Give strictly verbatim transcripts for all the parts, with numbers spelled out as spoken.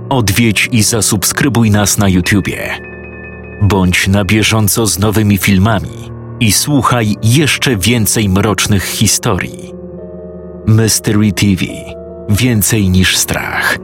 odwiedź i zasubskrybuj nas na YouTubie. Bądź na bieżąco z nowymi filmami i słuchaj jeszcze więcej mrocznych historii. Mystery T V. Więcej niż strach.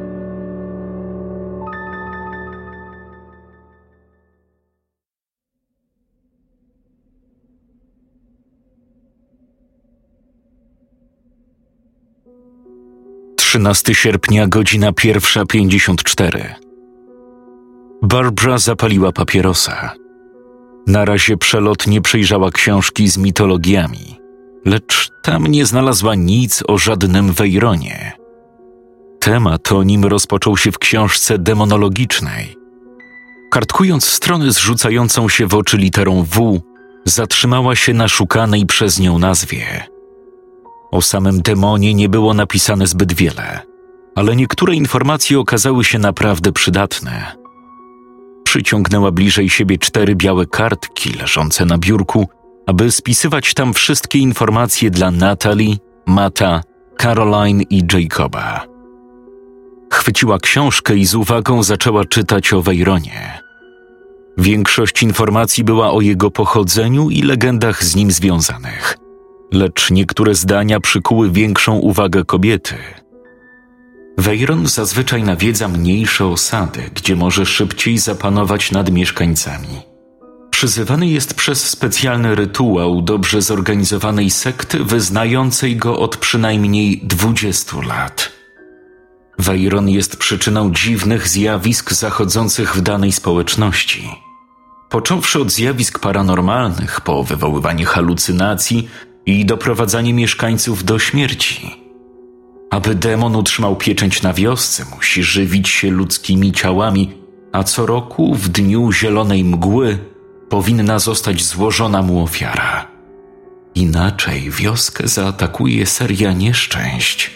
trzynastego sierpnia, godzina pierwsza pięćdziesiąt cztery. Barbara zapaliła papierosa. Na razie przelotnie przejrzała książki z mitologiami, lecz tam nie znalazła nic o żadnym Veyronie. Temat o nim rozpoczął się w książce demonologicznej. Kartkując stronę zrzucającą się w oczy literą W, zatrzymała się na szukanej przez nią nazwie. O samym demonie nie było napisane zbyt wiele, ale niektóre informacje okazały się naprawdę przydatne. Przyciągnęła bliżej siebie cztery białe kartki leżące na biurku, aby spisywać tam wszystkie informacje dla Natalie, Matta, Caroline i Jacoba. Chwyciła książkę i z uwagą zaczęła czytać o Veyronie. Większość informacji była o jego pochodzeniu i legendach z nim związanych, lecz niektóre zdania przykuły większą uwagę kobiety. Veyron zazwyczaj nawiedza mniejsze osady, gdzie może szybciej zapanować nad mieszkańcami. Przyzywany jest przez specjalny rytuał dobrze zorganizowanej sekty wyznającej go od przynajmniej dwudziestu lat. Veyron jest przyczyną dziwnych zjawisk zachodzących w danej społeczności. Począwszy od zjawisk paranormalnych po wywoływanie halucynacji i doprowadzanie mieszkańców do śmierci. Aby demon utrzymał pieczęć na wiosce, musi żywić się ludzkimi ciałami, a co roku w dniu zielonej mgły powinna zostać złożona mu ofiara. Inaczej wioskę zaatakuje seria nieszczęść.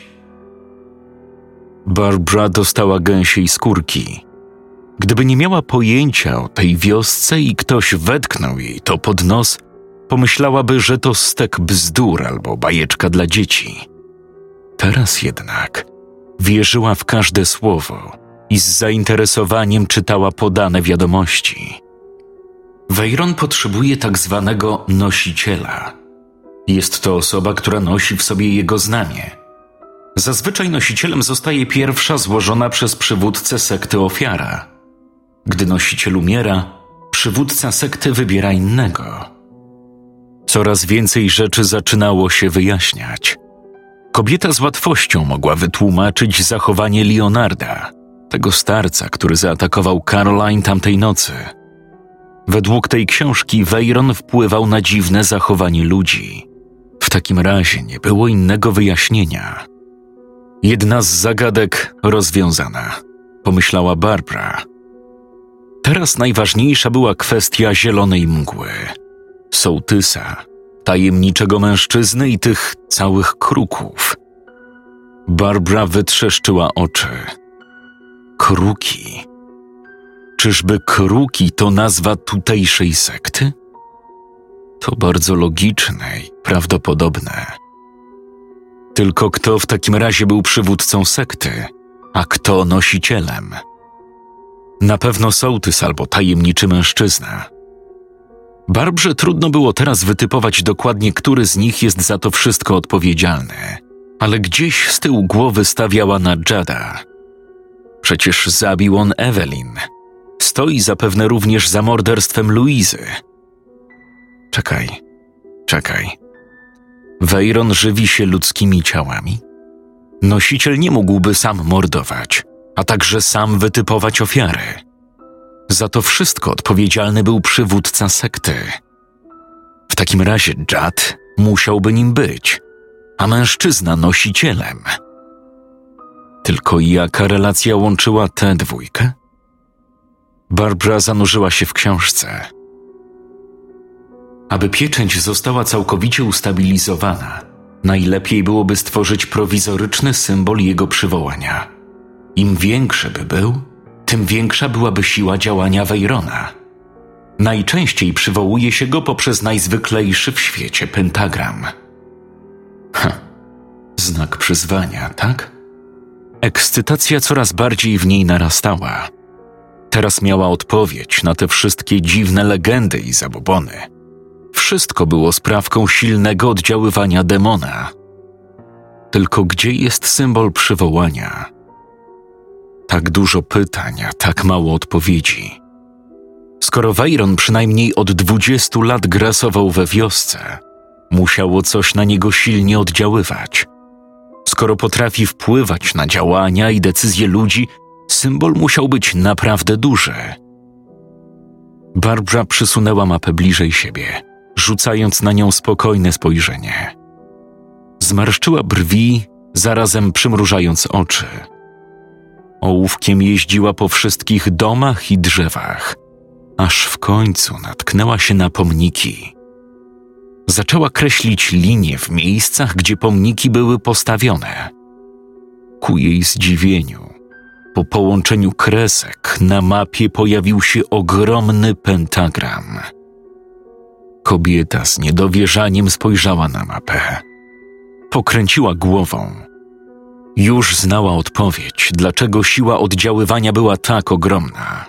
Barbara dostała gęsiej skórki. Gdyby nie miała pojęcia o tej wiosce i ktoś wetknął jej to pod nos, pomyślałaby, że to stek bzdur albo bajeczka dla dzieci. Teraz jednak wierzyła w każde słowo i z zainteresowaniem czytała podane wiadomości. Veyron potrzebuje tak zwanego nosiciela. Jest to osoba, która nosi w sobie jego znamię. Zazwyczaj nosicielem zostaje pierwsza złożona przez przywódcę sekty ofiara. Gdy nosiciel umiera, przywódca sekty wybiera innego. Coraz więcej rzeczy zaczynało się wyjaśniać. Kobieta z łatwością mogła wytłumaczyć zachowanie Leonarda, tego starca, który zaatakował Caroline tamtej nocy. Według tej książki Veyron wpływał na dziwne zachowanie ludzi. W takim razie nie było innego wyjaśnienia. Jedna z zagadek rozwiązana, pomyślała Barbara. Teraz najważniejsza była kwestia zielonej mgły, sołtysa, tajemniczego mężczyzny i tych całych kruków. Barbara wytrzeszczyła oczy. Kruki. Czyżby kruki to nazwa tutejszej sekty? To bardzo logiczne i prawdopodobne. Tylko kto w takim razie był przywódcą sekty, a kto nosicielem? Na pewno sołtys albo tajemniczy mężczyzna. Barbrze trudno było teraz wytypować dokładnie, który z nich jest za to wszystko odpowiedzialny, ale gdzieś z tyłu głowy stawiała na Jada. Przecież zabił on Evelyn. Stoi zapewne również za morderstwem Luizy. Czekaj, czekaj. Veyron żywi się ludzkimi ciałami? Nosiciel nie mógłby sam mordować, a także sam wytypować ofiary. Za to wszystko odpowiedzialny był przywódca sekty. W takim razie Jad musiałby nim być, a mężczyzna nosicielem. Tylko jaka relacja łączyła tę dwójkę? Barbara zanurzyła się w książce. Aby pieczęć została całkowicie ustabilizowana, najlepiej byłoby stworzyć prowizoryczny symbol jego przywołania. Im większy by był, tym większa byłaby siła działania Veyrona. Najczęściej przywołuje się go poprzez najzwyklejszy w świecie pentagram. Ha, znak przyzwania, tak? Ekscytacja coraz bardziej w niej narastała. Teraz miała odpowiedź na te wszystkie dziwne legendy i zabobony. Wszystko było sprawką silnego oddziaływania demona. Tylko gdzie jest symbol przywołania? Tak dużo pytań, a tak mało odpowiedzi. Skoro Veyron przynajmniej od dwudziestu lat grasował we wiosce, musiało coś na niego silnie oddziaływać. Skoro potrafi wpływać na działania i decyzje ludzi, symbol musiał być naprawdę duży. Barbara przysunęła mapę bliżej siebie, rzucając na nią spokojne spojrzenie. Zmarszczyła brwi, zarazem przymrużając oczy. Ołówkiem jeździła po wszystkich domach i drzewach, aż w końcu natknęła się na pomniki. Zaczęła kreślić linie w miejscach, gdzie pomniki były postawione. Ku jej zdziwieniu, po połączeniu kresek na mapie pojawił się ogromny pentagram. Kobieta z niedowierzaniem spojrzała na mapę. Pokręciła głową. Już znała odpowiedź, dlaczego siła oddziaływania była tak ogromna.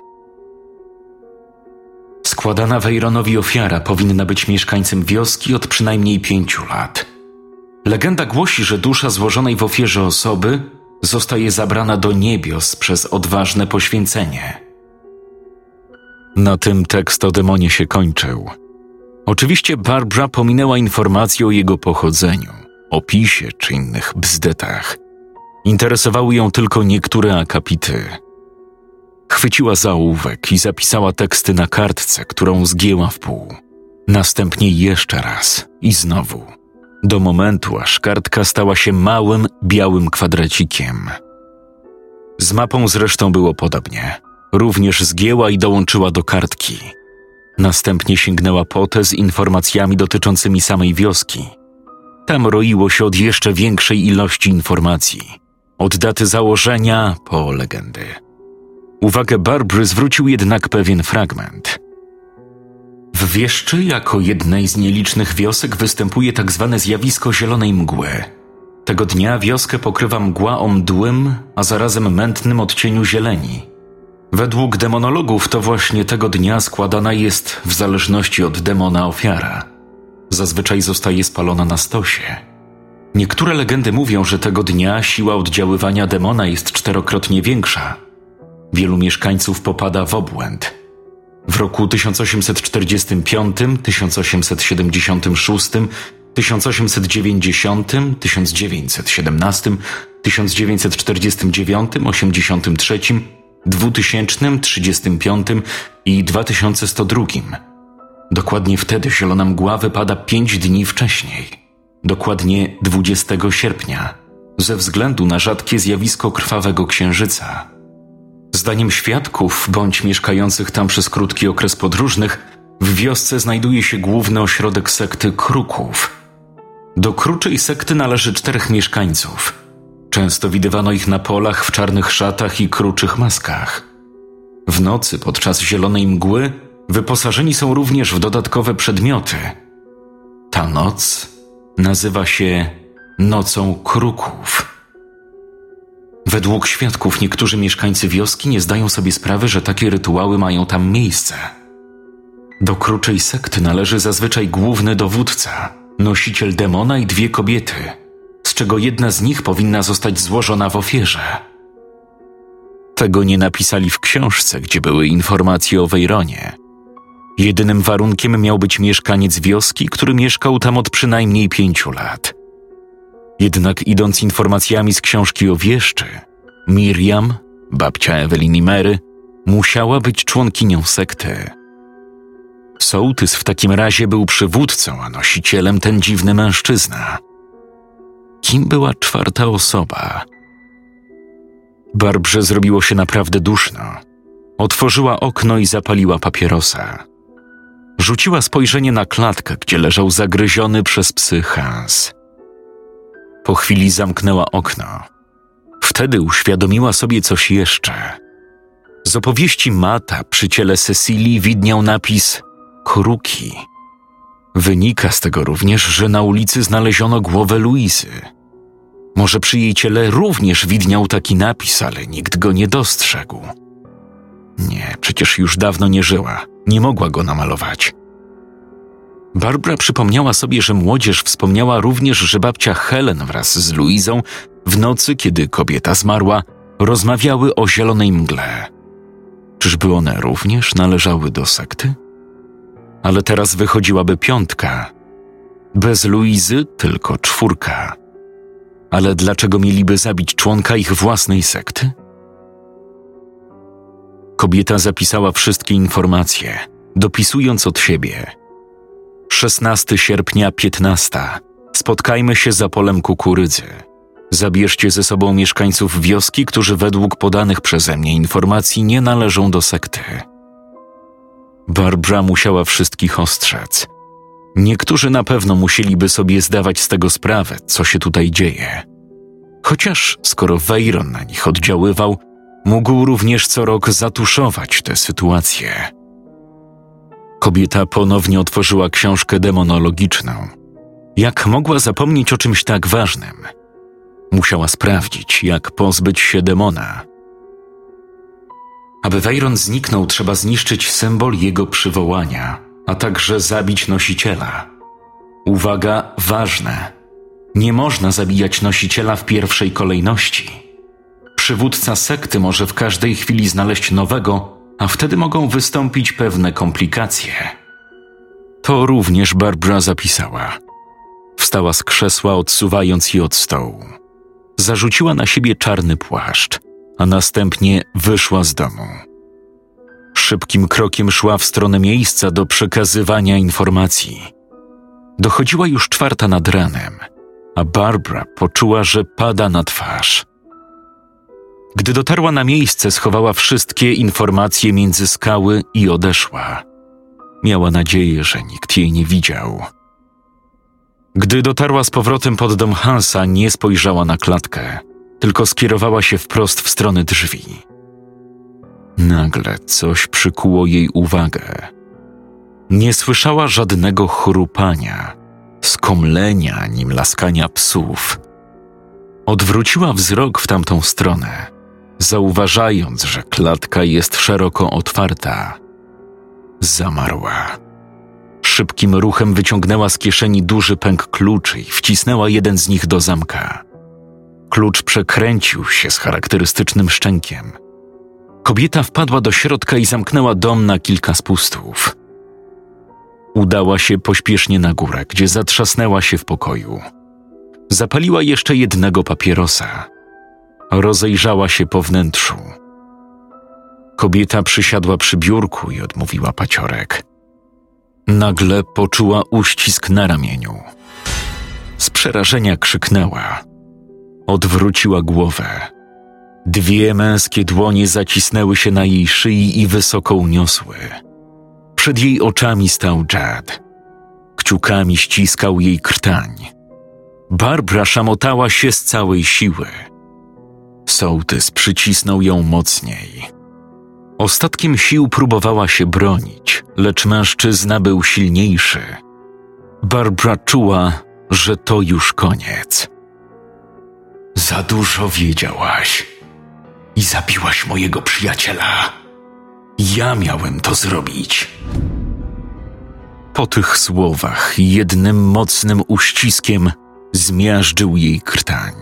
Składana Veyronowi ofiara powinna być mieszkańcem wioski od przynajmniej pięciu lat. Legenda głosi, że dusza złożonej w ofierze osoby zostaje zabrana do niebios przez odważne poświęcenie. Na tym tekst o demonie się kończył. Oczywiście Barbara pominęła informację o jego pochodzeniu, opisie czy innych bzdetach. Interesowały ją tylko niektóre akapity. Chwyciła za ołówek i zapisała teksty na kartce, którą zgięła w pół. Następnie jeszcze raz i znowu. Do momentu, aż kartka stała się małym, białym kwadracikiem. Z mapą zresztą było podobnie. Również zgięła i dołączyła do kartki. Następnie sięgnęła po tę z informacjami dotyczącymi samej wioski. Tam roiło się od jeszcze większej ilości informacji. Od daty założenia po legendy. Uwagę Barbary zwrócił jednak pewien fragment. W Wieszczy jako jednej z nielicznych wiosek występuje tak zwane zjawisko zielonej mgły. Tego dnia wioskę pokrywa mgła o mdłym, a zarazem mętnym odcieniu zieleni. Według demonologów to właśnie tego dnia składana jest w zależności od demona ofiara. Zazwyczaj zostaje spalona na stosie. Niektóre legendy mówią, że tego dnia siła oddziaływania demona jest czterokrotnie większa. Wielu mieszkańców popada w obłęd. W roku tysiąc osiemset czterdziestym piątym, tysiąc osiemset siedemdziesiątym szóstym, tysiąc osiemset dziewięćdziesiątym, tysiąc dziewięćset siedemnastym, tysiąc dziewięćset czterdziestym dziewiątym, osiemdziesiątym trzecim, dwutysięcznym, trzydziestym piątym i dwa tysiące sto drugim. Dokładnie wtedy zielona mgła wypada pięć dni wcześniej. Dokładnie dwudziestego sierpnia, ze względu na rzadkie zjawisko krwawego księżyca. Zdaniem świadków bądź mieszkających tam przez krótki okres podróżnych, w wiosce znajduje się główny ośrodek sekty Kruków. Do kruczej sekty należy czterech mieszkańców. Często widywano ich na polach w czarnych szatach i kruczych maskach. W nocy podczas zielonej mgły wyposażeni są również w dodatkowe przedmioty. Ta noc nazywa się Nocą Kruków. Według świadków niektórzy mieszkańcy wioski nie zdają sobie sprawy, że takie rytuały mają tam miejsce. Do kruczej sekty należy zazwyczaj główny dowódca, nosiciel demona i dwie kobiety, z czego jedna z nich powinna zostać złożona w ofierze. Tego nie napisali w książce, gdzie były informacje o Veyronie. Jedynym warunkiem miał być mieszkaniec wioski, który mieszkał tam od przynajmniej pięciu lat. Jednak idąc informacjami z książki o Wieszczy, Miriam, babcia Ewelin i Mary, musiała być członkinią sekty. Sołtys w takim razie był przywódcą, a nosicielem ten dziwny mężczyzna. Kim była czwarta osoba? Barbrze zrobiło się naprawdę duszno. Otworzyła okno i zapaliła papierosa. Rzuciła spojrzenie na klatkę, gdzie leżał zagryziony przez psy Hans. Po chwili zamknęła okno. Wtedy uświadomiła sobie coś jeszcze. Z opowieści Mata przy ciele Cecilii widniał napis Kruki. Wynika z tego również, że na ulicy znaleziono głowę Luizy. Może przy jej ciele również widniał taki napis, ale nikt go nie dostrzegł. Nie, przecież już dawno nie żyła, nie mogła go namalować. Barbara przypomniała sobie, że młodzież wspomniała również, że babcia Helen wraz z Louisą w nocy, kiedy kobieta zmarła, rozmawiały o zielonej mgle. Czyżby one również należały do sekty? Ale teraz wychodziłaby piątka. Bez Louisy tylko czwórka. Ale dlaczego mieliby zabić członka ich własnej sekty? Kobieta zapisała wszystkie informacje, dopisując od siebie. szesnastego sierpnia piętnasta. Spotkajmy się za polem kukurydzy. Zabierzcie ze sobą mieszkańców wioski, którzy według podanych przeze mnie informacji nie należą do sekty. Barbara musiała wszystkich ostrzec. Niektórzy na pewno musieliby sobie zdawać z tego sprawę, co się tutaj dzieje. Chociaż skoro Veyron na nich oddziaływał, mógł również co rok zatuszować tę sytuację. Kobieta ponownie otworzyła książkę demonologiczną. Jak mogła zapomnieć o czymś tak ważnym? Musiała sprawdzić, jak pozbyć się demona. Aby Veyron zniknął, trzeba zniszczyć symbol jego przywołania, a także zabić nosiciela. Uwaga, ważne. Nie można zabijać nosiciela w pierwszej kolejności. Przywódca sekty może w każdej chwili znaleźć nowego, a wtedy mogą wystąpić pewne komplikacje. To również Barbara zapisała. Wstała z krzesła, odsuwając je od stołu. Zarzuciła na siebie czarny płaszcz, a następnie wyszła z domu. Szybkim krokiem szła w stronę miejsca do przekazywania informacji. Dochodziła już czwarta nad ranem, a Barbara poczuła, że pada na twarz. Gdy dotarła na miejsce, schowała wszystkie informacje między skały i odeszła. Miała nadzieję, że nikt jej nie widział. Gdy dotarła z powrotem pod dom Hansa, nie spojrzała na klatkę, tylko skierowała się wprost w stronę drzwi. Nagle coś przykuło jej uwagę. Nie słyszała żadnego chrupania, skomlenia ani laskania psów. Odwróciła wzrok w tamtą stronę, zauważając, że klatka jest szeroko otwarta. Zamarła. Szybkim ruchem wyciągnęła z kieszeni duży pęk kluczy i wcisnęła jeden z nich do zamka. Klucz przekręcił się z charakterystycznym szczękiem. Kobieta wpadła do środka i zamknęła dom na kilka spustów. Udała się pośpiesznie na górę, gdzie zatrzasnęła się w pokoju. Zapaliła jeszcze jednego papierosa. Rozejrzała się po wnętrzu. Kobieta przysiadła przy biurku i odmówiła paciorek. Nagle poczuła uścisk na ramieniu. Z przerażenia krzyknęła. Odwróciła głowę. Dwie męskie dłonie zacisnęły się na jej szyi i wysoko uniosły. Przed jej oczami stał Jad. Kciukami ściskał jej krtań. Barbara szamotała się z całej siły. Sołtys przycisnął ją mocniej. Ostatkiem sił próbowała się bronić, lecz mężczyzna był silniejszy. Barbara czuła, że to już koniec. Za dużo wiedziałaś i zabiłaś mojego przyjaciela. Ja miałem to zrobić. Po tych słowach jednym mocnym uściskiem zmiażdżył jej krtań.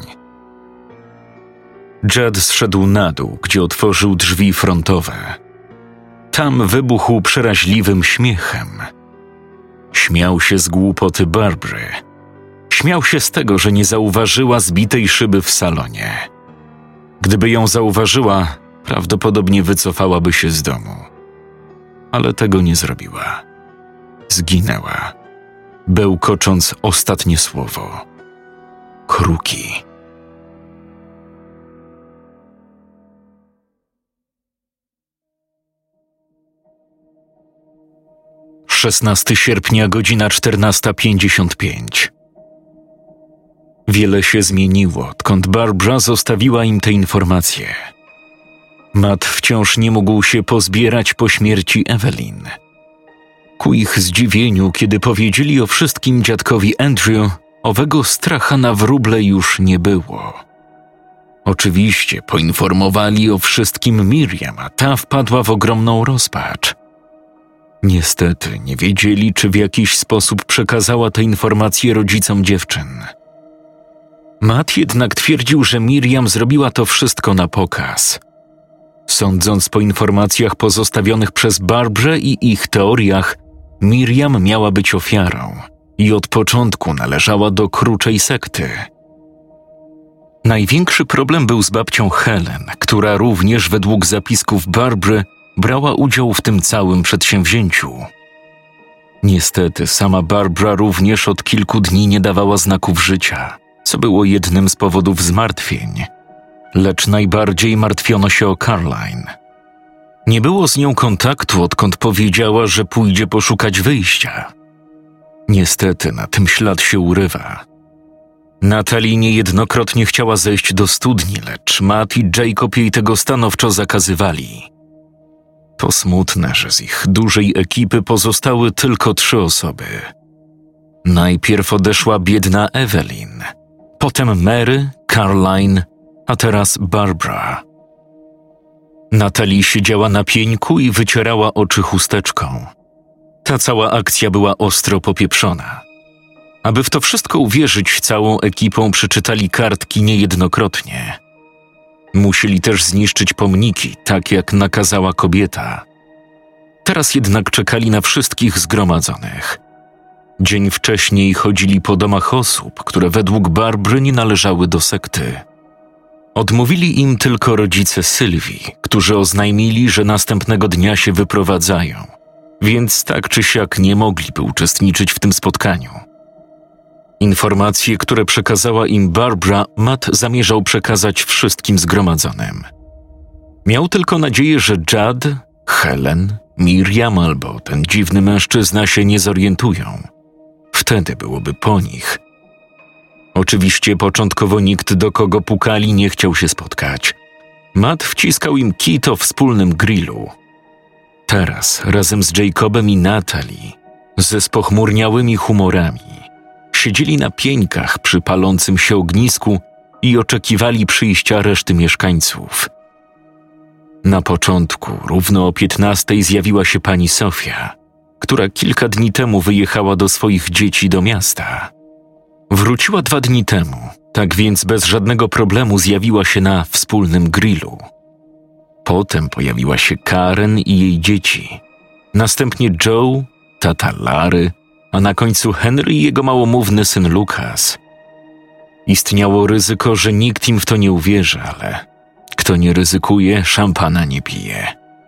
Jad zszedł na dół, gdzie otworzył drzwi frontowe. Tam wybuchł przeraźliwym śmiechem. Śmiał się z głupoty Barbary. Śmiał się z tego, że nie zauważyła zbitej szyby w salonie. Gdyby ją zauważyła, prawdopodobnie wycofałaby się z domu. Ale tego nie zrobiła. Zginęła, bełkocząc ostatnie słowo. Kruki. szesnastego sierpnia, godzina czternasta pięćdziesiąt pięć. Wiele się zmieniło, odkąd Barbara zostawiła im te informacje. Matt wciąż nie mógł się pozbierać po śmierci Evelyn. Ku ich zdziwieniu, kiedy powiedzieli o wszystkim dziadkowi Andrew, owego stracha na wróble już nie było. Oczywiście poinformowali o wszystkim Miriam, a ta wpadła w ogromną rozpacz. Niestety nie wiedzieli, czy w jakiś sposób przekazała te informacje rodzicom dziewczyn. Matt jednak twierdził, że Miriam zrobiła to wszystko na pokaz. Sądząc po informacjach pozostawionych przez Barbrę i ich teoriach, Miriam miała być ofiarą i od początku należała do kruczej sekty. Największy problem był z babcią Helen, która również według zapisków Barbry brała udział w tym całym przedsięwzięciu. Niestety sama Barbara również od kilku dni nie dawała znaków życia, co było jednym z powodów zmartwień, lecz najbardziej martwiono się o Caroline. Nie było z nią kontaktu, odkąd powiedziała, że pójdzie poszukać wyjścia. Niestety na tym ślad się urywa. Natalie niejednokrotnie chciała zejść do studni, lecz Matt i Jacob jej tego stanowczo zakazywali. To smutne, że z ich dużej ekipy pozostały tylko trzy osoby. Najpierw odeszła biedna Evelyn, potem Mary, Caroline, a teraz Barbara. Natalie siedziała na pieńku i wycierała oczy chusteczką. Ta cała akcja była ostro popieprzona. Aby w to wszystko uwierzyć, całą ekipą przeczytali kartki niejednokrotnie. Musieli też zniszczyć pomniki, tak jak nakazała kobieta. Teraz jednak czekali na wszystkich zgromadzonych. Dzień wcześniej chodzili po domach osób, które według Barbry nie należały do sekty. Odmówili im tylko rodzice Sylwii, którzy oznajmili, że następnego dnia się wyprowadzają, więc tak czy siak nie mogliby uczestniczyć w tym spotkaniu. Informacje, które przekazała im Barbara, Matt zamierzał przekazać wszystkim zgromadzonym. Miał tylko nadzieję, że Judd, Helen, Miriam albo ten dziwny mężczyzna się nie zorientują. Wtedy byłoby po nich. Oczywiście początkowo nikt, do kogo pukali, nie chciał się spotkać. Matt wciskał im kit o wspólnym grillu. Teraz, razem z Jacobem i Natalie, ze spochmurniałymi humorami, siedzieli na pieńkach przy palącym się ognisku i oczekiwali przyjścia reszty mieszkańców. Na początku, równo o piętnastej zjawiła się pani Sofia, która kilka dni temu wyjechała do swoich dzieci do miasta. Wróciła dwa dni temu, tak więc bez żadnego problemu zjawiła się na wspólnym grillu. Potem pojawiła się Karen i jej dzieci, następnie Joe, tata Lary, a na końcu Henry i jego małomówny syn Lucas. Istniało ryzyko, że nikt im w to nie uwierzy, ale kto nie ryzykuje, szampana nie pije.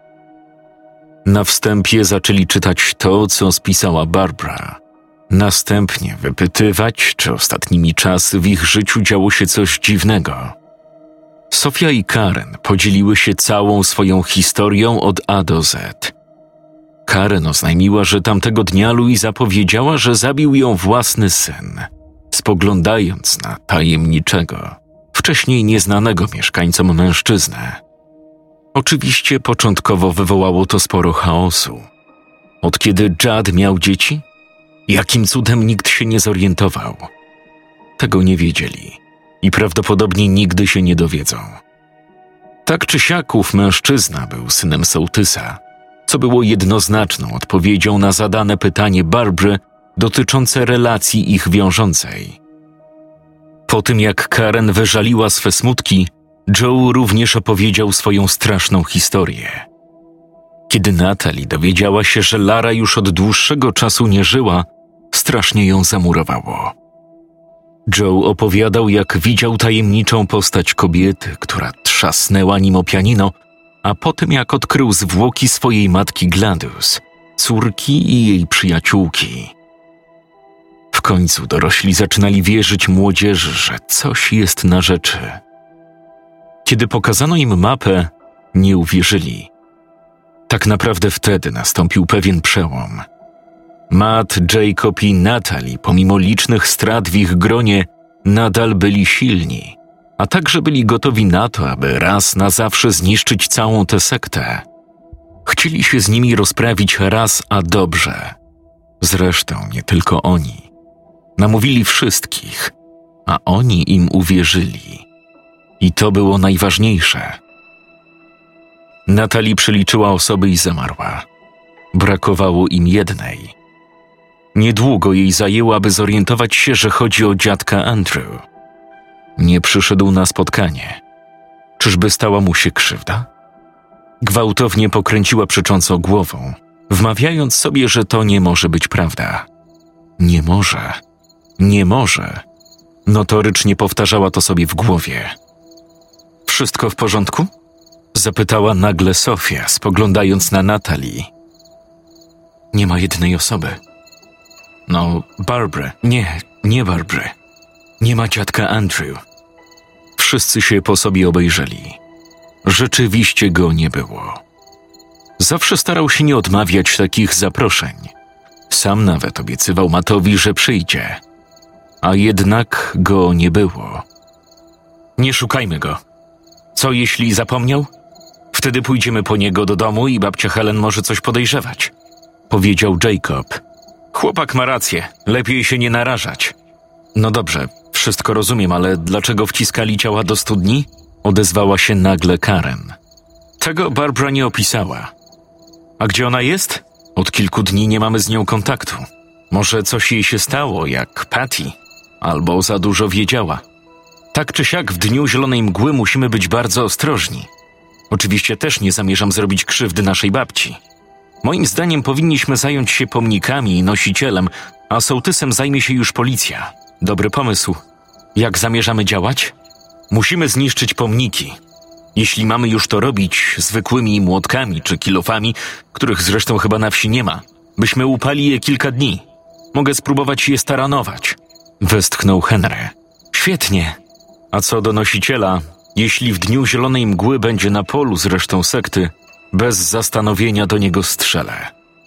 Na wstępie zaczęli czytać to, co spisała Barbara. Następnie wypytywać, czy ostatnimi czasy w ich życiu działo się coś dziwnego. Sofia i Karen podzieliły się całą swoją historią od A do Z. Karen oznajmiła, że tamtego dnia Luisa powiedziała, że zabił ją własny syn, spoglądając na tajemniczego, wcześniej nieznanego mieszkańcom mężczyznę. Oczywiście początkowo wywołało to sporo chaosu. Od kiedy Judd miał dzieci? Jakim cudem nikt się nie zorientował? Tego nie wiedzieli i prawdopodobnie nigdy się nie dowiedzą. Tak czy siak ów mężczyzna był synem sołtysa, co było jednoznaczną odpowiedzią na zadane pytanie Barbry dotyczące relacji ich wiążącej. Po tym jak Karen wyżaliła swe smutki, Joe również opowiedział swoją straszną historię. Kiedy Natalie dowiedziała się, że Lara już od dłuższego czasu nie żyła, strasznie ją zamurowało. Joe opowiadał, jak widział tajemniczą postać kobiety, która trzasnęła nim o pianino, a potem jak odkrył zwłoki swojej matki Gladys, córki i jej przyjaciółki. W końcu dorośli zaczynali wierzyć młodzieży, że coś jest na rzeczy. Kiedy pokazano im mapę, nie uwierzyli. Tak naprawdę wtedy nastąpił pewien przełom. Matt, Jacob i Natalie, pomimo licznych strat w ich gronie, nadal byli silni, a także byli gotowi na to, aby raz na zawsze zniszczyć całą tę sektę. Chcieli się z nimi rozprawić raz a dobrze. Zresztą nie tylko oni. Namówili wszystkich, a oni im uwierzyli. I to było najważniejsze. Natalie przeliczyła osoby i zamarła. Brakowało im jednej. Niedługo jej zajęło, aby zorientować się, że chodzi o dziadka Andrew. Nie przyszedł na spotkanie. Czyżby stała mu się krzywda? Gwałtownie pokręciła przecząco głową, wmawiając sobie, że to nie może być prawda. Nie może. Nie może. Notorycznie powtarzała to sobie w głowie. Wszystko w porządku? Zapytała nagle Sofia, spoglądając na Natalie. Nie ma jednej osoby. No, Barbary. Nie, nie Barbary. Nie ma dziadka Andrew. Wszyscy się po sobie obejrzeli. Rzeczywiście go nie było. Zawsze starał się nie odmawiać takich zaproszeń. Sam nawet obiecywał Mattowi, że przyjdzie. A jednak go nie było. Nie szukajmy go. Co jeśli zapomniał? Wtedy pójdziemy po niego do domu i babcia Helen może coś podejrzewać. Powiedział Jacob. Chłopak ma rację. Lepiej się nie narażać. No dobrze, wszystko rozumiem, ale dlaczego wciskali ciała do studni? Odezwała się nagle Karen. Tego Barbara nie opisała. A gdzie ona jest? Od kilku dni nie mamy z nią kontaktu. Może coś jej się stało, jak Patty, albo za dużo wiedziała. Tak czy siak w dniu zielonej mgły musimy być bardzo ostrożni. Oczywiście też nie zamierzam zrobić krzywdy naszej babci. Moim zdaniem powinniśmy zająć się pomnikami i nosicielem, a sołtysem zajmie się już policja. Dobry pomysł. Jak zamierzamy działać? Musimy zniszczyć pomniki. Jeśli mamy już to robić zwykłymi młotkami czy kilofami, których zresztą chyba na wsi nie ma, byśmy upali je kilka dni. Mogę spróbować je staranować. Westchnął Henry. Świetnie. A co do nosiciela, jeśli w dniu zielonej mgły będzie na polu z resztą sekty, bez zastanowienia do niego strzelę.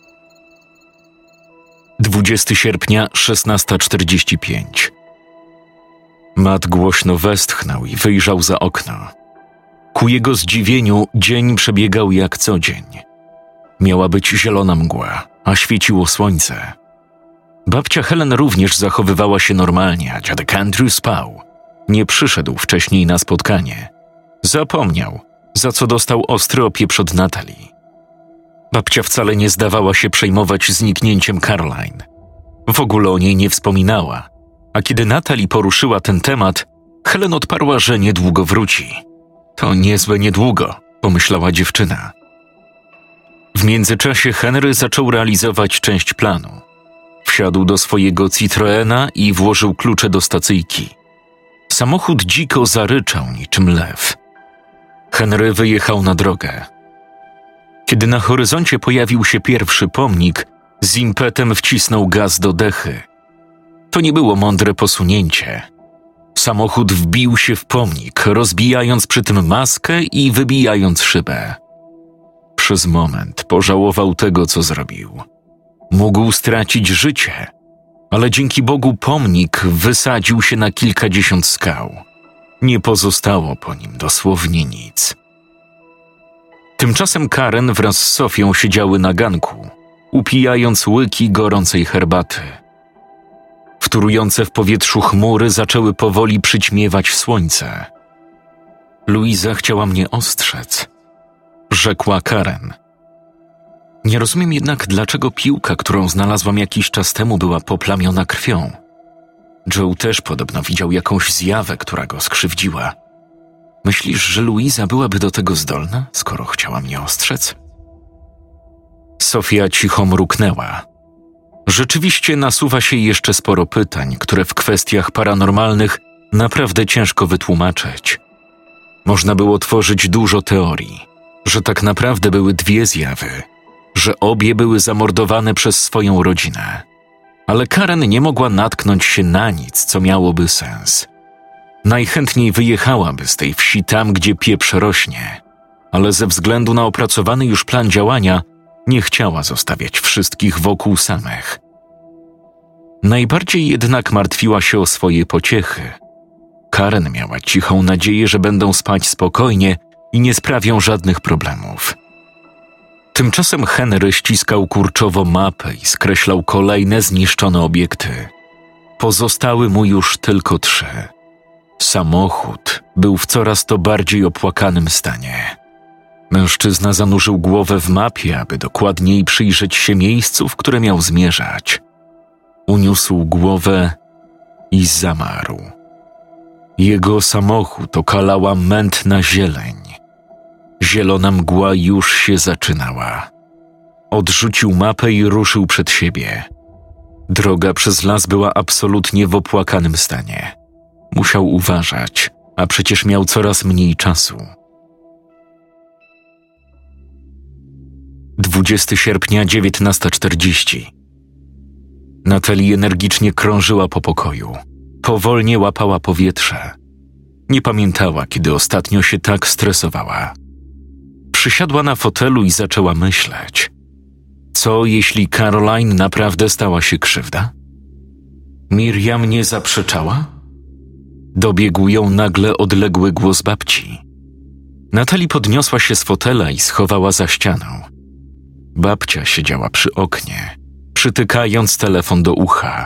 dwudziestego sierpnia, szesnasta czterdzieści pięć. Matt głośno westchnął i wyjrzał za okno. Ku jego zdziwieniu dzień przebiegał jak co dzień. Miała być zielona mgła, a świeciło słońce. Babcia Helen również zachowywała się normalnie, a dziadek Andrew spał. Nie przyszedł wcześniej na spotkanie. Zapomniał, za co dostał ostry opieprz od Natalie. Babcia wcale nie zdawała się przejmować zniknięciem Caroline. W ogóle o niej nie wspominała, a kiedy Natalie poruszyła ten temat, Helen odparła, że niedługo wróci. To niezłe niedługo, pomyślała dziewczyna. W międzyczasie Henry zaczął realizować część planu. Wsiadł do swojego Citroena i włożył klucze do stacyjki. Samochód dziko zaryczał niczym lew. Henry wyjechał na drogę. Kiedy na horyzoncie pojawił się pierwszy pomnik, z impetem wcisnął gaz do dechy. To nie było mądre posunięcie. Samochód wbił się w pomnik, rozbijając przy tym maskę i wybijając szybę. Przez moment pożałował tego, co zrobił. Mógł stracić życie, ale dzięki Bogu pomnik wysadził się na kilkadziesiąt skał. Nie pozostało po nim dosłownie nic. Tymczasem Karen wraz z Sofią siedziały na ganku, upijając łyki gorącej herbaty. Wtórujące w powietrzu chmury zaczęły powoli przyćmiewać słońce. Luiza chciała mnie ostrzec, rzekła Karen. Nie rozumiem jednak, dlaczego piłka, którą znalazłam jakiś czas temu, była poplamiona krwią. Joe też podobno widział jakąś zjawę, która go skrzywdziła. Myślisz, że Luiza byłaby do tego zdolna, skoro chciała mnie ostrzec? Sofia cicho mruknęła. Rzeczywiście nasuwa się jeszcze sporo pytań, które w kwestiach paranormalnych naprawdę ciężko wytłumaczyć. Można było tworzyć dużo teorii, że tak naprawdę były dwie zjawy, że obie były zamordowane przez swoją rodzinę. Ale Karen nie mogła natknąć się na nic, co miałoby sens. Najchętniej wyjechałaby z tej wsi tam, gdzie pieprz rośnie, ale ze względu na opracowany już plan działania nie chciała zostawiać wszystkich wokół samych. Najbardziej jednak martwiła się o swoje pociechy. Karen miała cichą nadzieję, że będą spać spokojnie i nie sprawią żadnych problemów. Tymczasem Henry ściskał kurczowo mapę i skreślał kolejne zniszczone obiekty. Pozostały mu już tylko trzy. Samochód był w coraz to bardziej opłakanym stanie. Mężczyzna zanurzył głowę w mapie, aby dokładniej przyjrzeć się miejscu, w które miał zmierzać. Uniósł głowę i zamarł. Jego samochód okalała mętna zieleń. Zielona mgła już się zaczynała. Odrzucił mapę i ruszył przed siebie. Droga przez las była absolutnie w opłakanym stanie. Musiał uważać, a przecież miał coraz mniej czasu. dwudziestego sierpnia dziewiętnasta czterdzieści. Natalie energicznie krążyła po pokoju. Powolnie łapała powietrze. Nie pamiętała, kiedy ostatnio się tak stresowała. Przysiadła na fotelu i zaczęła myśleć. Co jeśli Caroline naprawdę stała się krzywda? Miriam nie zaprzeczała? Dobiegł ją nagle odległy głos babci. Natalie podniosła się z fotela i schowała za ścianą. Babcia siedziała przy oknie, przytykając telefon do ucha.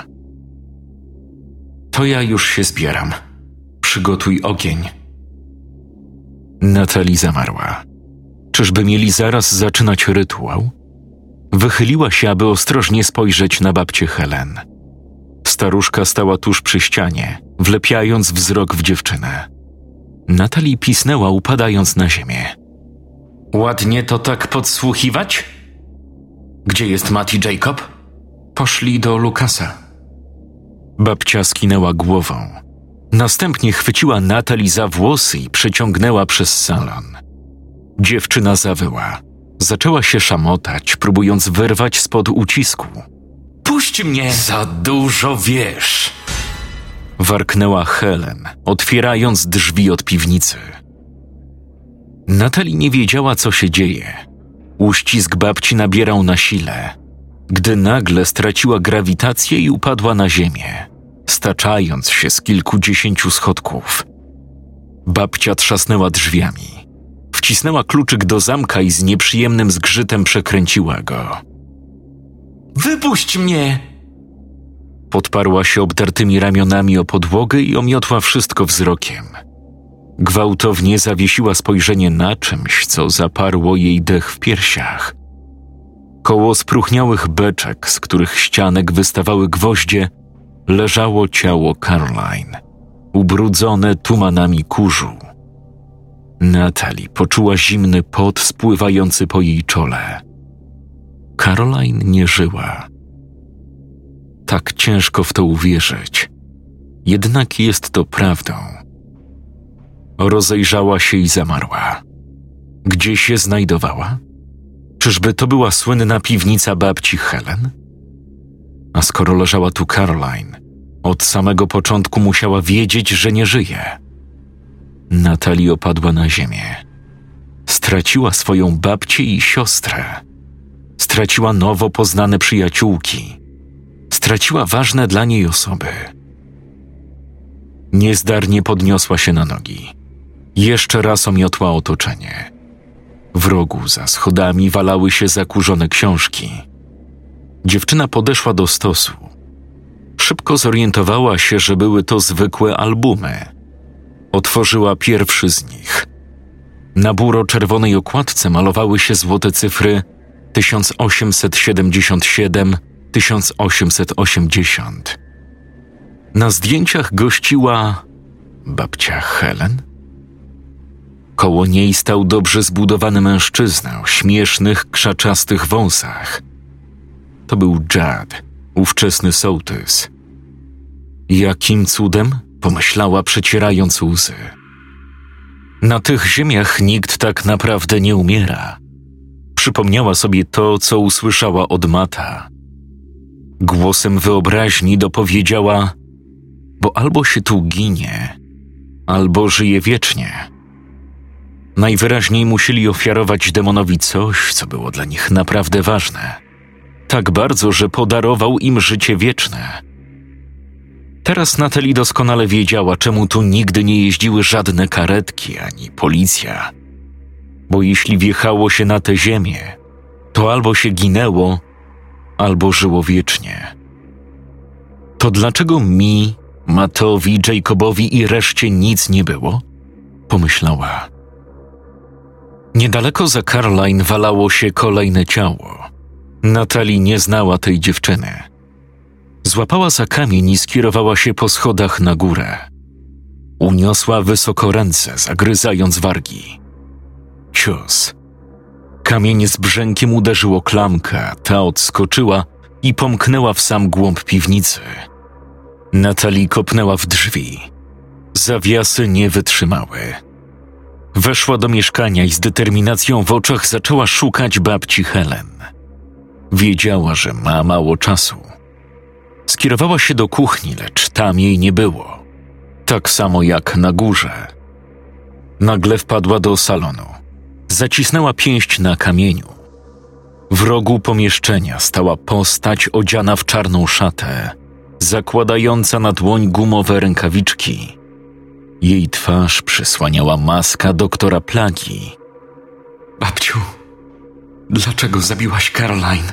To ja już się zbieram. Przygotuj ogień. Natalie zamarła. Czyżby mieli zaraz zaczynać rytuał? Wychyliła się, aby ostrożnie spojrzeć na babcię Helen. Staruszka stała tuż przy ścianie, wlepiając wzrok w dziewczynę. Natalie pisnęła, upadając na ziemię. Ładnie to tak podsłuchiwać? Gdzie jest Matt i Jacob? Poszli do Lukasa. Babcia skinęła głową. Następnie chwyciła Natalie za włosy i przeciągnęła przez salon. Dziewczyna zawyła. Zaczęła się szamotać, próbując wyrwać spod ucisku. Puść mnie! Za dużo wiesz! Warknęła Helen, otwierając drzwi od piwnicy. Natalie nie wiedziała, co się dzieje. Uścisk babci nabierał na sile, gdy nagle straciła grawitację i upadła na ziemię, staczając się z kilkudziesięciu schodków. Babcia trzasnęła drzwiami. Wcisnęła kluczyk do zamka i z nieprzyjemnym zgrzytem przekręciła go. Wypuść mnie! Podparła się obdartymi ramionami o podłogę i omiotła wszystko wzrokiem. Gwałtownie zawiesiła spojrzenie na czymś, co zaparło jej dech w piersiach. Koło spróchniałych beczek, z których ścianek wystawały gwoździe, leżało ciało Caroline, ubrudzone tumanami kurzu. Natalie poczuła zimny pot spływający po jej czole. Caroline nie żyła. Tak ciężko w to uwierzyć. Jednak jest to prawdą. Rozejrzała się i zamarła. Gdzie się znajdowała? Czyżby to była słynna piwnica babci Helen? A skoro leżała tu Caroline, od samego początku musiała wiedzieć, że nie żyje. Natalie opadła na ziemię. Straciła swoją babcię i siostrę. Straciła nowo poznane przyjaciółki. Straciła ważne dla niej osoby. Niezdarnie podniosła się na nogi. Jeszcze raz omiotła otoczenie. W rogu za schodami walały się zakurzone książki. Dziewczyna podeszła do stosu. Szybko zorientowała się, że były to zwykłe albumy. Otworzyła pierwszy z nich. Na buro-czerwonej okładce malowały się złote cyfry tysiąc osiemset siedemdziesiąt siedem - tysiąc osiemset osiemdziesiąt. Na zdjęciach gościła babcia Helen. Koło niej stał dobrze zbudowany mężczyzna o śmiesznych, krzaczastych wąsach. To był Judd, ówczesny sołtys. Jakim cudem? Pomyślała, przecierając łzy. Na tych ziemiach nikt tak naprawdę nie umiera. Przypomniała sobie to, co usłyszała od Matta. Głosem wyobraźni dopowiedziała, bo albo się tu ginie, albo żyje wiecznie. Najwyraźniej musieli ofiarować demonowi coś, co było dla nich naprawdę ważne. Tak bardzo, że podarował im życie wieczne. Teraz Natalie doskonale wiedziała, czemu tu nigdy nie jeździły żadne karetki ani policja. Bo jeśli wjechało się na tę ziemię, to albo się ginęło, albo żyło wiecznie. To dlaczego mi, Mattowi, Jacobowi i reszcie nic nie było? Pomyślała. Niedaleko za Caroline walało się kolejne ciało. Natalie nie znała tej dziewczyny. Złapała za kamień i skierowała się po schodach na górę. Uniosła wysoko ręce, zagryzając wargi. Cios. Kamień z brzękiem uderzyło klamkę, ta odskoczyła i pomknęła w sam głąb piwnicy. Natalie kopnęła w drzwi. Zawiasy nie wytrzymały. Weszła do mieszkania i z determinacją w oczach zaczęła szukać babci Helen. Wiedziała, że ma mało czasu. Skierowała się do kuchni, lecz tam jej nie było. Tak samo jak na górze. Nagle wpadła do salonu. Zacisnęła pięść na kamieniu. W rogu pomieszczenia stała postać odziana w czarną szatę, zakładająca na dłoń gumowe rękawiczki. Jej twarz przysłaniała maska doktora Plagi. Babciu, dlaczego zabiłaś Caroline?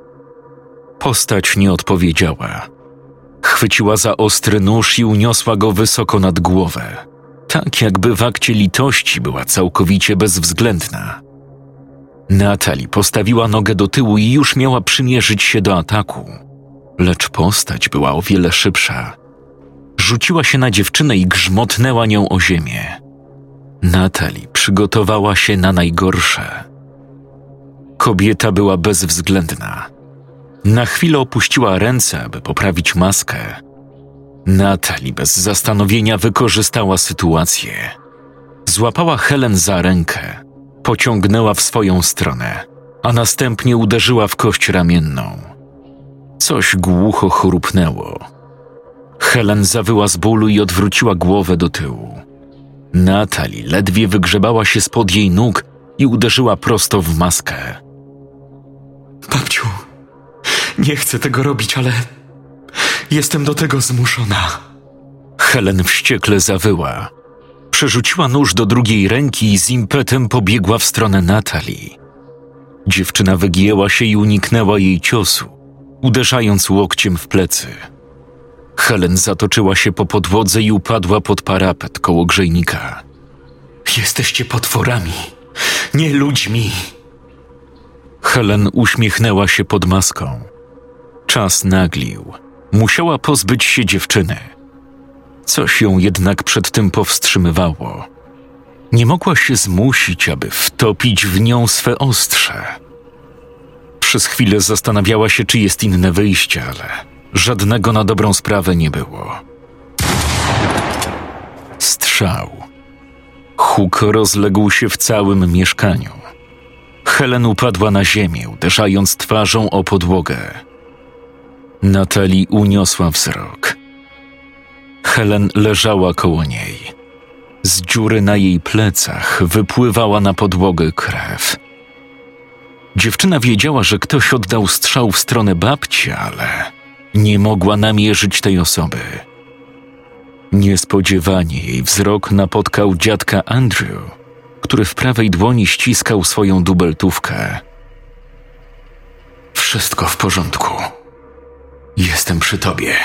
Postać nie odpowiedziała. Chwyciła za ostry nóż i uniosła go wysoko nad głowę. Tak jakby w akcie litości była całkowicie bezwzględna. Natalie postawiła nogę do tyłu i już miała przymierzyć się do ataku. Lecz postać była o wiele szybsza. Rzuciła się na dziewczynę i grzmotnęła nią o ziemię. Natalie przygotowała się na najgorsze. Kobieta była bezwzględna. Na chwilę opuściła ręce, aby poprawić maskę. Natalie bez zastanowienia wykorzystała sytuację. Złapała Helen za rękę, pociągnęła w swoją stronę, a następnie uderzyła w kość ramienną. Coś głucho chrupnęło. Helen zawyła z bólu i odwróciła głowę do tyłu. Natalie ledwie wygrzebała się spod jej nóg i uderzyła prosto w maskę. Babciu, nie chcę tego robić, ale jestem do tego zmuszona. Helen wściekle zawyła. Przerzuciła nóż do drugiej ręki i z impetem pobiegła w stronę Natalie. Dziewczyna wygięła się i uniknęła jej ciosu, uderzając łokciem w plecy. Helen zatoczyła się po podłodze i upadła pod parapet koło grzejnika. Jesteście potworami, nie ludźmi. Helen uśmiechnęła się pod maską. Czas naglił. Musiała pozbyć się dziewczyny. Coś ją jednak przed tym powstrzymywało. Nie mogła się zmusić, aby wtopić w nią swe ostrze. Przez chwilę zastanawiała się, czy jest inne wyjście, ale żadnego na dobrą sprawę nie było. Strzał. Huk rozległ się w całym mieszkaniu. Helen upadła na ziemię, uderzając twarzą o podłogę. Natalie uniosła wzrok. Helen leżała koło niej. Z dziury na jej plecach wypływała na podłogę krew. Dziewczyna wiedziała, że ktoś oddał strzał w stronę babci, ale nie mogła namierzyć tej osoby. Niespodziewanie jej wzrok napotkał dziadka Andrew, który w prawej dłoni ściskał swoją dubeltówkę. Wszystko w porządku. Jestem przy tobie.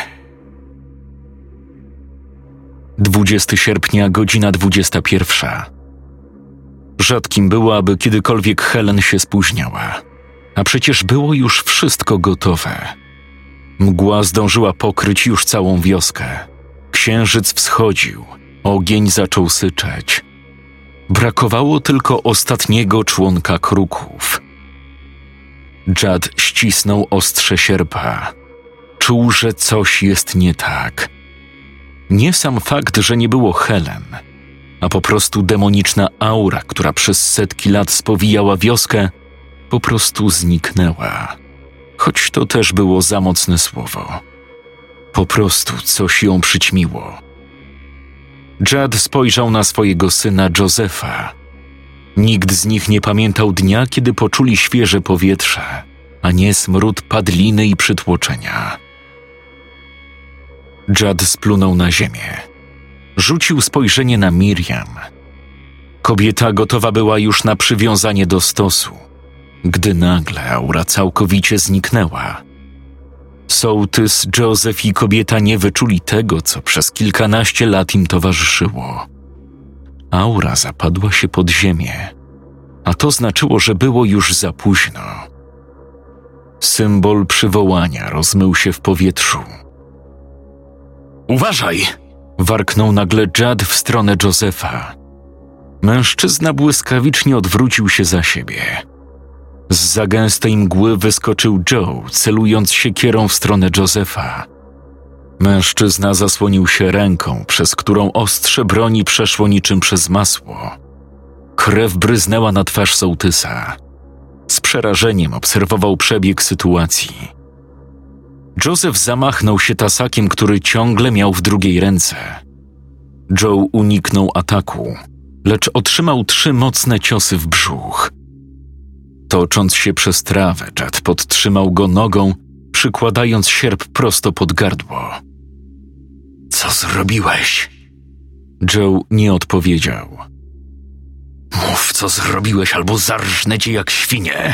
dwudziestego sierpnia, godzina dwudziesta pierwsza. Rzadkim było, aby kiedykolwiek Helen się spóźniała, a przecież było już wszystko gotowe. Mgła zdążyła pokryć już całą wioskę. Księżyc wschodził, ogień zaczął syczeć. Brakowało tylko ostatniego członka kruków. Judd ścisnął ostrze sierpa. Czuł, że coś jest nie tak. Nie sam fakt, że nie było Helen, a po prostu demoniczna aura, która przez setki lat spowijała wioskę, po prostu zniknęła. Choć to też było za mocne słowo. Po prostu coś ją przyćmiło. Judd spojrzał na swojego syna Josepha. Nikt z nich nie pamiętał dnia, kiedy poczuli świeże powietrze, a nie smród padliny i przytłoczenia. Judd splunął na ziemię. Rzucił spojrzenie na Miriam. Kobieta gotowa była już na przywiązanie do stosu, gdy nagle aura całkowicie zniknęła. Sołtys, Joseph i kobieta nie wyczuli tego, co przez kilkanaście lat im towarzyszyło. Aura zapadła się pod ziemię, a to znaczyło, że było już za późno. Symbol przywołania rozmył się w powietrzu. „Uważaj!” warknął nagle Judd w stronę Josepha. Mężczyzna błyskawicznie odwrócił się za siebie. Zza gęstej mgły wyskoczył Joe, celując siekierą w stronę Josepha. Mężczyzna zasłonił się ręką, przez którą ostrze broni przeszło niczym przez masło. Krew bryznęła na twarz sołtysa. Z przerażeniem obserwował przebieg sytuacji. Joseph zamachnął się tasakiem, który ciągle miał w drugiej ręce. Joe uniknął ataku, lecz otrzymał trzy mocne ciosy w brzuch. Tocząc się przez trawę, Judd podtrzymał go nogą, przykładając sierp prosto pod gardło. „Co zrobiłeś?” Joe nie odpowiedział. „Mów, co zrobiłeś, albo zarżnę cię jak świnię!”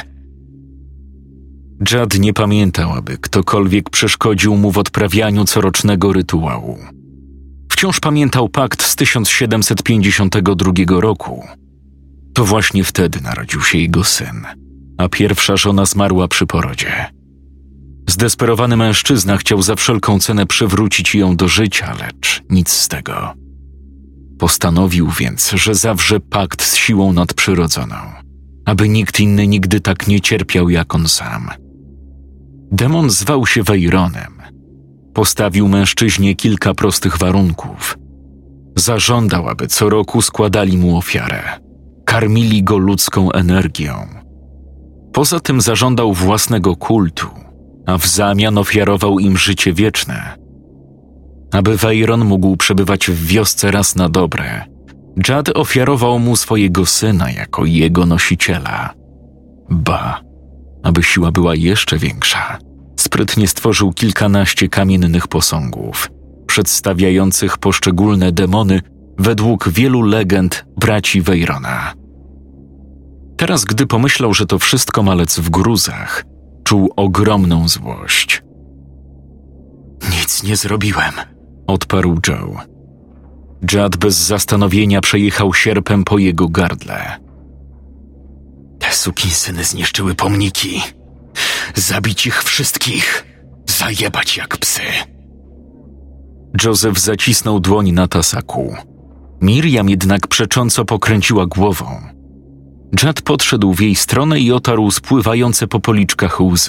Judd nie pamiętał, aby ktokolwiek przeszkodził mu w odprawianiu corocznego rytuału. Wciąż pamiętał pakt z tysiąc siedemset pięćdziesiątego drugiego roku. To właśnie wtedy narodził się jego syn, a pierwsza żona zmarła przy porodzie. Zdesperowany mężczyzna chciał za wszelką cenę przywrócić ją do życia, lecz nic z tego. Postanowił więc, że zawrze pakt z siłą nadprzyrodzoną, aby nikt inny nigdy tak nie cierpiał jak on sam. Demon zwał się Veyronem. Postawił mężczyźnie kilka prostych warunków. Zażądał, aby co roku składali mu ofiarę. Karmili go ludzką energią. Poza tym zażądał własnego kultu, a w zamian ofiarował im życie wieczne. Aby Veyron mógł przebywać w wiosce raz na dobre, Judd ofiarował mu swojego syna jako jego nosiciela. Ba, aby siła była jeszcze większa, sprytnie stworzył kilkanaście kamiennych posągów, przedstawiających poszczególne demony według wielu legend braci Veyrona. Teraz, gdy pomyślał, że to wszystko malec w gruzach, czuł ogromną złość. „Nic nie zrobiłem”, odparł Joe. Judd bez zastanowienia przejechał sierpem po jego gardle. „Te sukinsyny zniszczyły pomniki. Zabić ich wszystkich. Zajebać jak psy”. Joseph zacisnął dłoń na tasaku. Miriam jednak przecząco pokręciła głową. Judd podszedł w jej stronę i otarł spływające po policzkach łzy.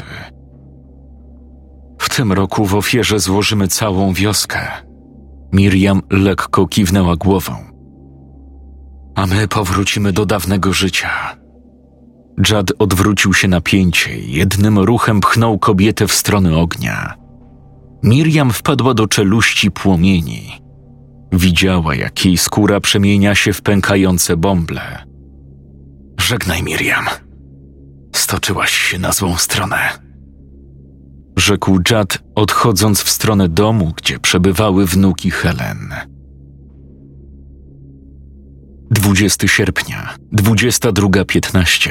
„W tym roku w ofierze złożymy całą wioskę”. Miriam lekko kiwnęła głową. „A my powrócimy do dawnego życia”. Judd odwrócił się na pięcie i jednym ruchem pchnął kobietę w stronę ognia. Miriam wpadła do czeluści płomieni. Widziała, jak jej skóra przemienia się w pękające bąble. „Żegnaj, Miriam. Stoczyłaś się na złą stronę”, rzekł Judd, odchodząc w stronę domu, gdzie przebywały wnuki Helen. dwudziestego sierpnia, dwudziesta druga piętnaście.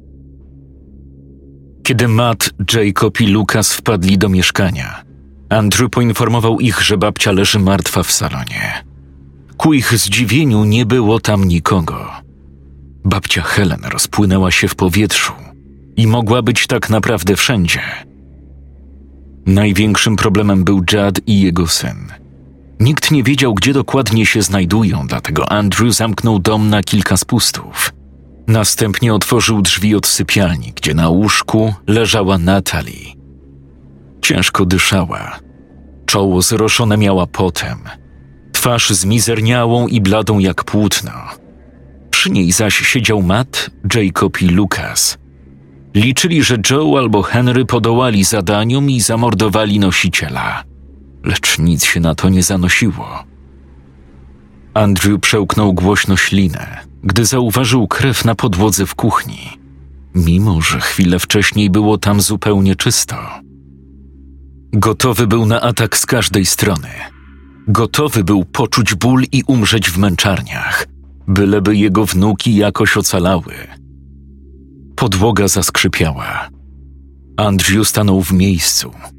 Kiedy Matt, Jacob i Lucas wpadli do mieszkania, Andrew poinformował ich, że babcia leży martwa w salonie. Ku ich zdziwieniu nie było tam nikogo. Babcia Helen rozpłynęła się w powietrzu i mogła być tak naprawdę wszędzie. Największym problemem był Judd i jego syn. Nikt nie wiedział, gdzie dokładnie się znajdują, dlatego Andrew zamknął dom na kilka spustów. Następnie otworzył drzwi od sypialni, gdzie na łóżku leżała Natalie. Ciężko dyszała. Czoło zroszone miała potem. Twarz zmizerniałą i bladą jak płótno. Przy niej zaś siedział Matt, Jacob i Lucas. Liczyli, że Joe albo Henry podołali zadaniom i zamordowali nosiciela. Lecz nic się na to nie zanosiło. Andrew przełknął głośno ślinę, gdy zauważył krew na podłodze w kuchni, mimo że chwilę wcześniej było tam zupełnie czysto. Gotowy był na atak z każdej strony. Gotowy był poczuć ból i umrzeć w męczarniach, byleby jego wnuki jakoś ocalały. Podłoga zaskrzypiała. Andrew stanął w miejscu.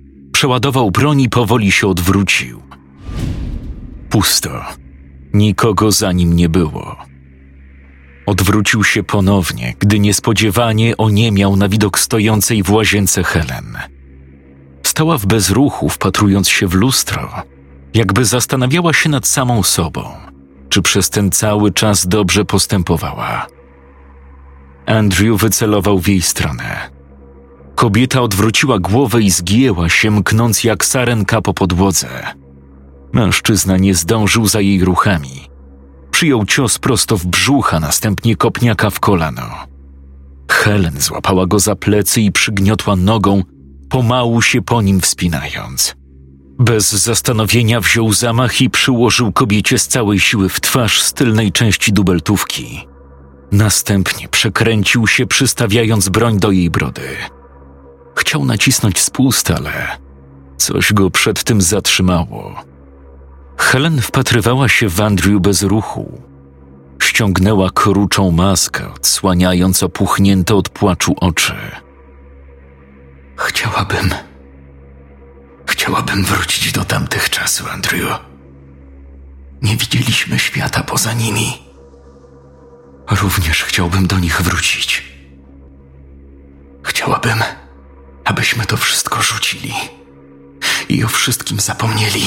przeładował broń i powoli się odwrócił. Pusto. Nikogo za nim nie było. Odwrócił się ponownie, gdy niespodziewanie oniemiał na widok stojącej w łazience Helen. Stała w bezruchu, wpatrując się w lustro, jakby zastanawiała się nad samą sobą, czy przez ten cały czas dobrze postępowała. Andrew wycelował w jej stronę. Kobieta odwróciła głowę i zgięła się, mknąc jak sarenka po podłodze. Mężczyzna nie zdążył za jej ruchami. Przyjął cios prosto w brzuch, a następnie kopniaka w kolano. Helen złapała go za plecy i przygniotła nogą, pomału się po nim wspinając. Bez zastanowienia wziął zamach i przyłożył kobiecie z całej siły w twarz z tylnej części dubeltówki. Następnie przekręcił się, przystawiając broń do jej brody. Chciał nacisnąć spust, ale coś go przed tym zatrzymało. Helen wpatrywała się w Andrew bez ruchu. Ściągnęła kruczą maskę, odsłaniając opuchnięte od płaczu oczy. Chciałabym... Chciałabym wrócić do tamtych czasów, Andrew. Nie widzieliśmy świata poza nimi. Również chciałbym do nich wrócić. Chciałabym, abyśmy to wszystko rzucili i o wszystkim zapomnieli.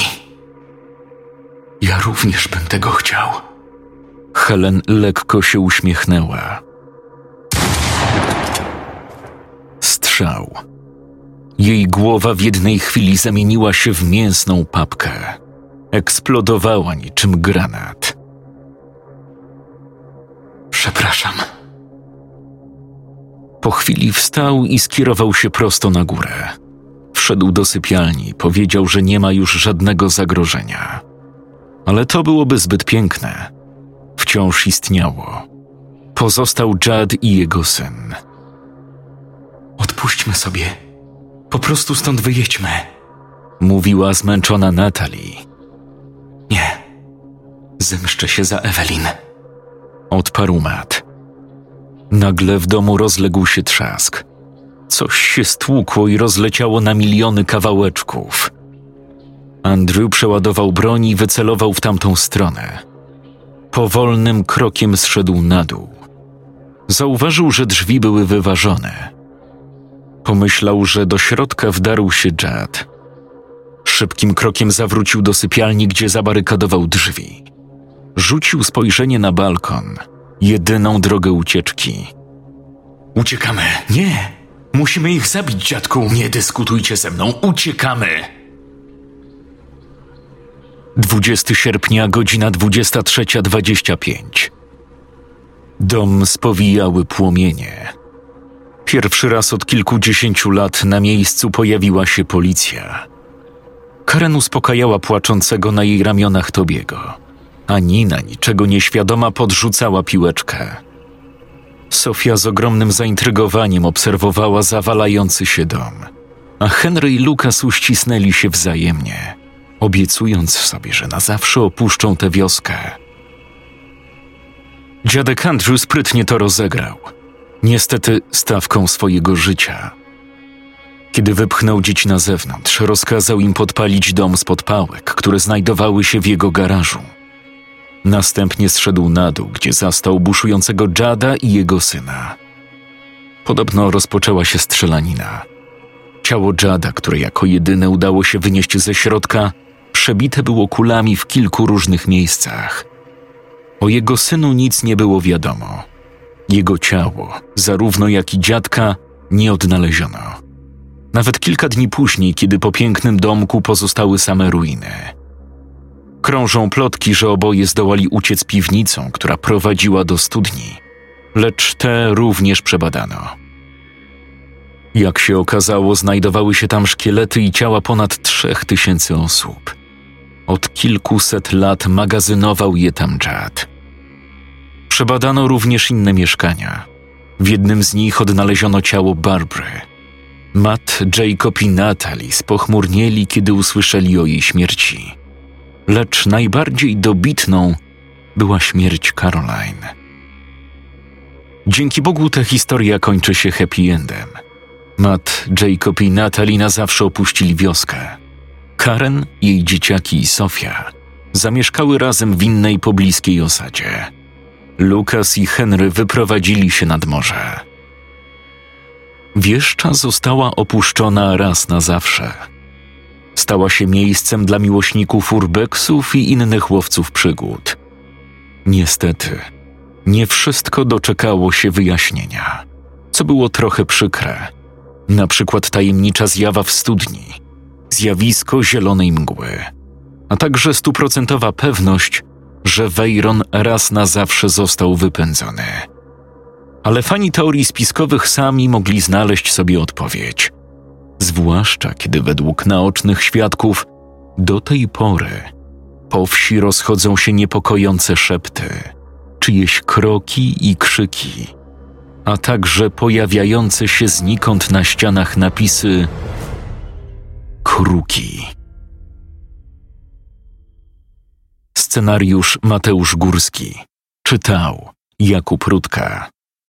Ja również bym tego chciał. Helen lekko się uśmiechnęła. Strzał. Jej głowa w jednej chwili zamieniła się w mięsną papkę. Eksplodowała niczym granat. Przepraszam. Po chwili wstał i skierował się prosto na górę. Wszedł do sypialni, powiedział, że nie ma już żadnego zagrożenia. Ale to byłoby zbyt piękne. Wciąż istniało. Pozostał Judd i jego syn. Odpuśćmy sobie. Po prostu stąd wyjedźmy, mówiła zmęczona Natalie. Nie. Zemszczę się za Evelyn, odparł Matt. Nagle w domu rozległ się trzask. Coś się stłukło i rozleciało na miliony kawałeczków. Andrew przeładował broń i wycelował w tamtą stronę. Powolnym krokiem zszedł na dół. Zauważył, że drzwi były wyważone. Pomyślał, że do środka wdarł się Judd. Szybkim krokiem zawrócił do sypialni, gdzie zabarykadował drzwi. Rzucił spojrzenie na balkon. Jedyną drogę ucieczki. Uciekamy. Nie! Musimy ich zabić, dziadku. Nie dyskutujcie ze mną. Uciekamy! dwudziestego sierpnia, godzina dwudziesta trzecia dwadzieścia pięć. Dom spowijały płomienie. Pierwszy raz od kilkudziesięciu lat na miejscu pojawiła się policja. Karen uspokajała płaczącego na jej ramionach Tobiego, a Nina, niczego nieświadoma, podrzucała piłeczkę. Sofia z ogromnym zaintrygowaniem obserwowała zawalający się dom, a Henry i Lucas uścisnęli się wzajemnie, obiecując sobie, że na zawsze opuszczą tę wioskę. Dziadek Andrew sprytnie to rozegrał. Niestety stawką swojego życia. Kiedy wypchnął dzieci na zewnątrz, rozkazał im podpalić dom z podpałek, które znajdowały się w jego garażu. Następnie zszedł na dół, gdzie zastał buszującego Judda i jego syna. Podobno rozpoczęła się strzelanina. Ciało Judda, które jako jedyne udało się wynieść ze środka, przebite było kulami w kilku różnych miejscach. O jego synu nic nie było wiadomo. Jego ciało, zarówno jak i dziadka, nie odnaleziono. Nawet kilka dni później, kiedy po pięknym domku pozostały same ruiny. Krążą plotki, że oboje zdołali uciec piwnicą, która prowadziła do studni, lecz te również przebadano. Jak się okazało, znajdowały się tam szkielety i ciała ponad trzech tysięcy osób. Od kilkuset lat magazynował je tam Judd. Przebadano również inne mieszkania. W jednym z nich odnaleziono ciało Barbary. Matt, Jacob i Natalie spochmurnieli, kiedy usłyszeli o jej śmierci. Lecz najbardziej dobitną była śmierć Caroline. Dzięki Bogu ta historia kończy się happy endem. Matt, Jacob i Natalie na zawsze opuścili wioskę. Karen, jej dzieciaki i Sofia zamieszkały razem w innej pobliskiej osadzie. Lucas i Henry wyprowadzili się nad morze. Wieszcza została opuszczona raz na zawsze. Stała się miejscem dla miłośników urbexów i innych łowców przygód. Niestety, nie wszystko doczekało się wyjaśnienia, co było trochę przykre. Na przykład tajemnicza zjawa w studni, zjawisko zielonej mgły, a także stuprocentowa pewność, że Veyron raz na zawsze został wypędzony. Ale fani teorii spiskowych sami mogli znaleźć sobie odpowiedź. Zwłaszcza kiedy według naocznych świadków do tej pory po wsi rozchodzą się niepokojące szepty, czyjeś kroki i krzyki, a także pojawiające się znikąd na ścianach napisy Kruki. Scenariusz Mateusz Górski. Czytał Jakub Rutka.